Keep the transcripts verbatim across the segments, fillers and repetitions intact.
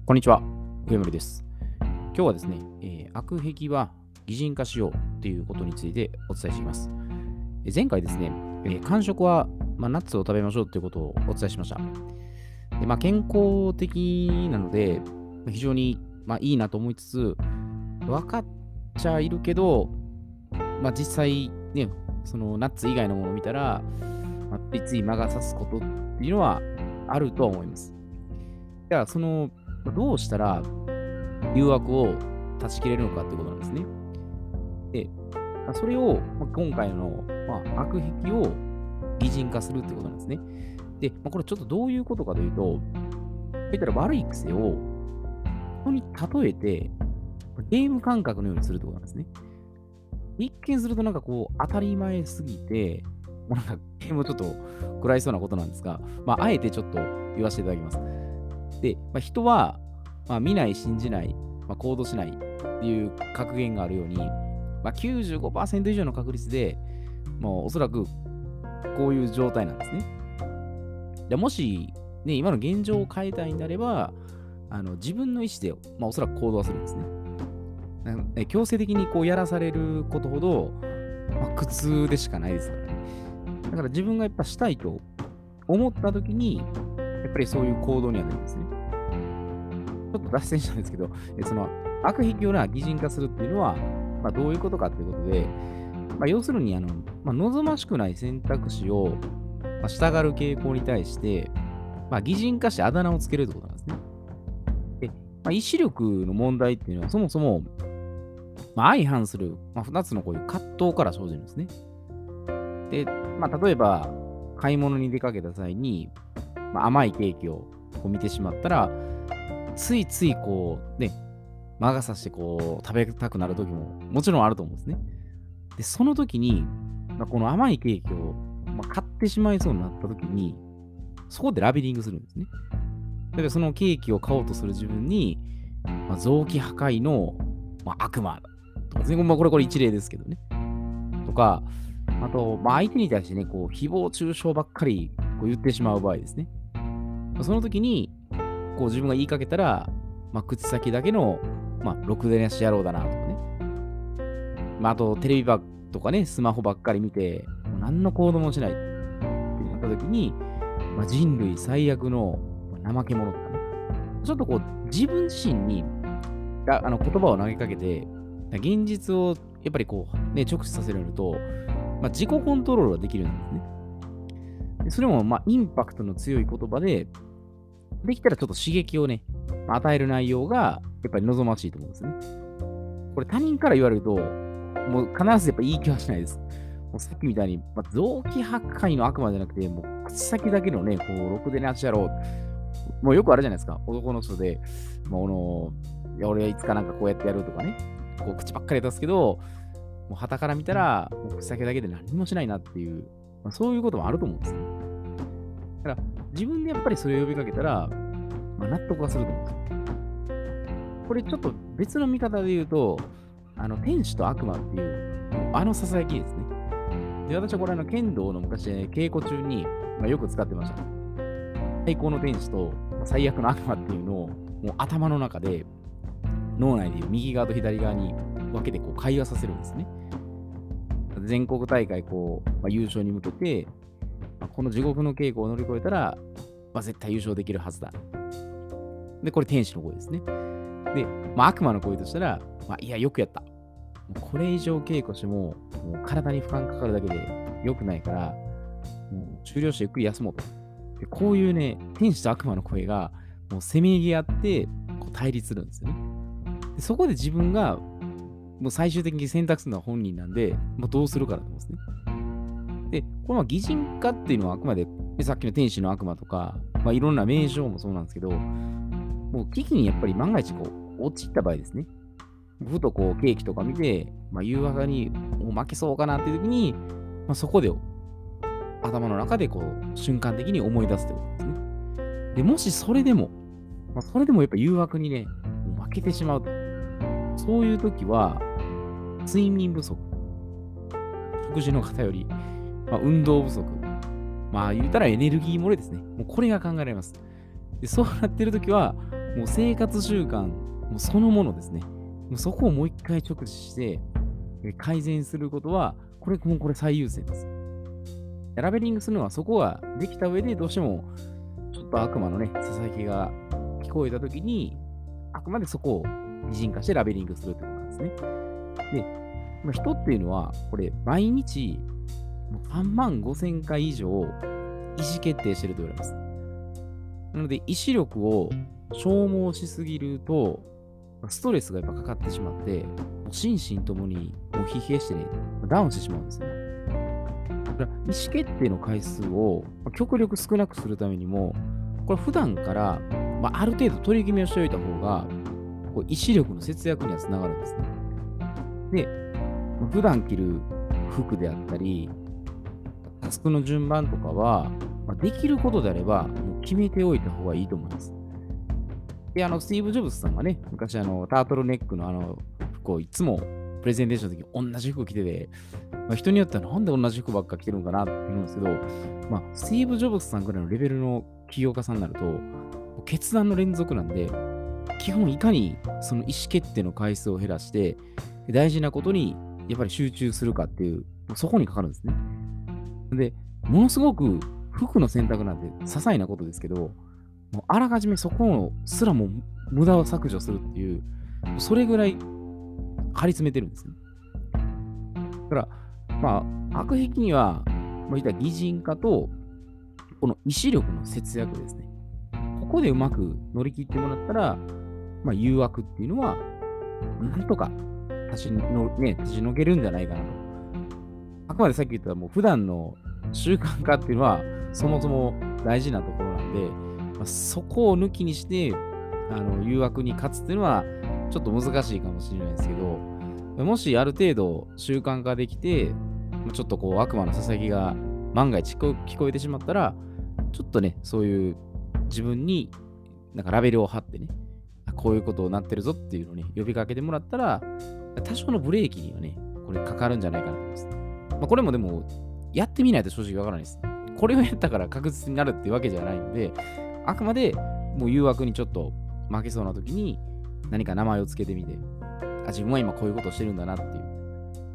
こんにちは、上森です。今日はですね、えー悪癖は擬人化しようということについてお伝えしています。えー前回ですね、えー間食は、まあ、ナッツを食べましょうということをお伝えしました。でまあ、健康的なので、まあ非常に、まあ、いいなと思いつつ、分かっちゃいるけど、まあ、実際ね、そのナッツ以外のものを見たら、まあ、ついつい魔が差すことっていうのはあるとは思います。じゃあ、その、どうしたら誘惑を断ち切れるのかってことなんですね。で、まあそれを、まあ、今回の、まあ、悪癖を擬人化するってことなんですね。で、まあ、これちょっとどういうことかというと、言ったら悪い癖を人に例えて、ゲーム感覚のようにするってことなんですね。一見するとなんかこう当たり前すぎて、もうなんかゲームちょっと食らいそうなことなんですが、まあ、あえてちょっと言わせていただきます。で、まあ、人は、まあ、見ない、信じない、まあ、行動しないっていう格言があるように、まあ、きゅうじゅうごパーセント以上の確率で、もうおそらくこういう状態なんですね。でもし、ね、今の現状を変えたいんであれば、あの自分の意思で、まあ、おそらく行動はするんですね。なえ強制的にこうやらされることほど、まあ、苦痛でしかないですからね。だから自分がやっぱしたいと思ったときに、やっぱりそういう行動にはなるんですね。ちょっと脱線したんですけど、えその悪癖をな擬人化するっていうのは、まあ、どういうことかということで、まあ、要するにあの、まあ、望ましくない選択肢を、まあ、従う傾向に対して、まあ、擬人化してあだ名をつけるってことなんですね。で、まあ、意志力の問題っていうのは、そもそも、まあ、相反する、まあ、ふたつのこういう葛藤から生じるんですね。で、まあ、例えば、買い物に出かけた際に、まあ、甘いケーキをこう見てしまったら、ついついこう、ね、魔が差してこう、食べたくなる時ももちろんあると思うんですね。で、その時に、まあ、この甘いケーキを、まあ、買ってしまいそうになった時に、そこでラベリングするんですね。例えばそのケーキを買おうとする自分に、まあ、臓器破壊の、まあ、悪魔だとかですね、まあ、これこれ一例ですけどね。とか、あと、まあ、相手に対してね、こう、誹謗中傷ばっかりこう言ってしまう場合ですね。その時に、こう自分が言いかけたら、まあ、口先だけの、まあ、ろくでなし野郎だなとかね。まあ、あと、テレビばっとかね、スマホばっかり見て、もう何の行動もしないってなった時に、まあ、人類最悪のまあ怠け者とかね。ちょっとこう、自分自身にああの言葉を投げかけて、現実をやっぱりこう、ね、直視させると、まあ、自己コントロールができるんですね。でそれも、まあ、インパクトの強い言葉で、できたらちょっと刺激をね、まあ与える内容がやっぱり望ましいと思うんですね。これ他人から言われると、もう必ずやっぱ言い気はしないです。もうさっきみたいに、まあ、臓器破壊の悪魔じゃなくて、もう口先だけのね、こう、ろくでなしやろう。もうよくあるじゃないですか。男の人で、もうあの、いや俺はいつかなんかこうやってやるとかね。こう口ばっかり出すけど、もう旗から見たら、もう口先だけで何もしないなっていう、まあ、そういうこともあると思うんですね。だから自分でやっぱりそれを呼びかけたら、まあ、納得はすると思うんですよ。これちょっと別の見方で言うと、あの天使と悪魔っていう、もうあのささやきですね。で、私はこれあの剣道の昔、ね、稽古中に、まあ、よく使ってました。最高の天使と最悪の悪魔っていうのを、もう頭の中で、脳内でいう右側と左側に分けてこう会話させるんですね。全国大会こう、まあ、優勝に向けて、まあ、この地獄の稽古を乗り越えたら、まあ、絶対優勝できるはずだ。で、これ天使の声ですね。で、まあ、悪魔の声としたら、まあ、いや、よくやった。もうこれ以上稽古しても、もう体に負荷かかるだけで良くないから、もう終了してゆっくり休もうと。で、こういうね、天使と悪魔の声が、もうせめぎ合って、こう対立するんですよね。でそこで自分が、もう最終的に選択するのは本人なんで、もうどうするかだと思うんですね。で、この擬人化っていうのはあくまで、さっきの天使の悪魔とか、まあ、いろんな名称もそうなんですけど、もう危機にやっぱり万が一こう、陥った場合ですね。ふとこう、ケーキとか見て、まあ、誘惑にもう負けそうかなっていう時に、まあ、そこで頭の中でこう、瞬間的に思い出すってことですね。で、もしそれでも、まあ、それでもやっぱ誘惑にね、もう負けてしまうと。そういう時は、睡眠不足、食事の偏り、まあ、運動不足、まあ言うたらエネルギー漏れですね。もうこれが考えられます。でそうなってるときは、 もう生活習慣もうそのものですね。もうそこをもう一回直視して、え改善することは、これ、もうこれ最優先です。ラベリングするのはそこはできた上で、どうしてもちょっと悪魔のね、ささやきが聞こえたときに、あくまでそこを擬人化してラベリングするってことなんですね。で、まあ、人っていうのは、これ、毎日さんまんごせんかい以上意思決定してると言われます。なので、意志力を消耗しすぎると、ストレスがやっぱかかってしまって、もう心身ともにもう疲弊してね、ダウンしてしまうんですよ。だから意思決定の回数を極力少なくするためにも、これ普段から、まあ、ある程度取り決めをしておいた方が、こう意志力の節約にはつながるんですね。で、普段着る服であったり、タスクの順番とかは、まあ、できることであれば、もう決めておいた方がいいと思います。で、あの、スティーブ・ジョブズさんがね、昔あの、タートルネックのあの、服をいつもプレゼンテーションの時に同じ服着てて、まあ、人によってはなんで同じ服ばっか着てるのかなって言うんですけど、まあ、スティーブ・ジョブズさんぐらいのレベルの起業家さんになると、決断の連続なんで、基本いかにその意思決定の回数を減らして、大事なことにやっぱり集中するかっていう、そこにかかるんですね。で、ものすごく服の選択なんて些細なことですけど、もうあらかじめそこすらも無駄を削除するっていう、それぐらい張り詰めてるんですね。だから、まあ、悪癖には、まあ、いった擬人化と、この意志力の節約ですね。ここでうまく乗り切ってもらったら、まあ、誘惑っていうのは、なんとか立ちの、ね、立ち退けるんじゃないかなと。あくまでさっき言ったもう普段の習慣化っていうのは、そもそも大事なところなんで、まあ、そこを抜きにして、あの誘惑に勝つっていうのは、ちょっと難しいかもしれないですけど、もしある程度習慣化できて、ちょっとこう悪魔のささやきが万が一聞こえてしまったら、ちょっとね、そういう自分になんかラベルを貼ってね、こういうことになってるぞっていうのをね、呼びかけてもらったら、多少のブレーキにはね、これかかるんじゃないかなと思います。まあ、これもでも、やってみないと正直わからないです。これをやったから確実になるっていうわけじゃないので、あくまでもう誘惑にちょっと負けそうな時に何か名前をつけてみて、あ、自分は今こういうことをしてるんだなっていう。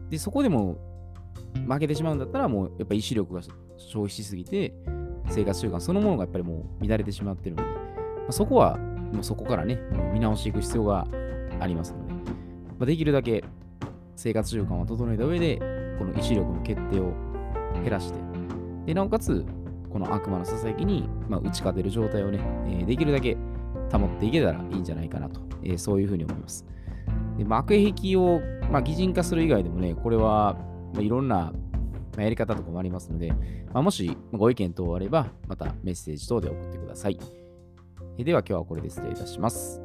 で、そこでも負けてしまうんだったら、もうやっぱ意志力が消費しすぎて、生活習慣そのものがやっぱりもう乱れてしまってるので、まあ、そこはもうそこからね、もう見直していく必要がありますので、まあ、できるだけ生活習慣を整えた上で、この意志力の決定を減らして、でなおかつ、この悪魔のささやきに、まあ、打ち勝てる状態をね、えー、できるだけ保っていけたらいいんじゃないかなと、えー、そういうふうに思います。で、まあ、悪癖を、まあ、擬人化する以外でもね、これは、まあ、いろんな、まあ、やり方とかもありますので、まあ、もしご意見等あれば、またメッセージ等で送ってください。えー、では今日はこれで失礼いたします。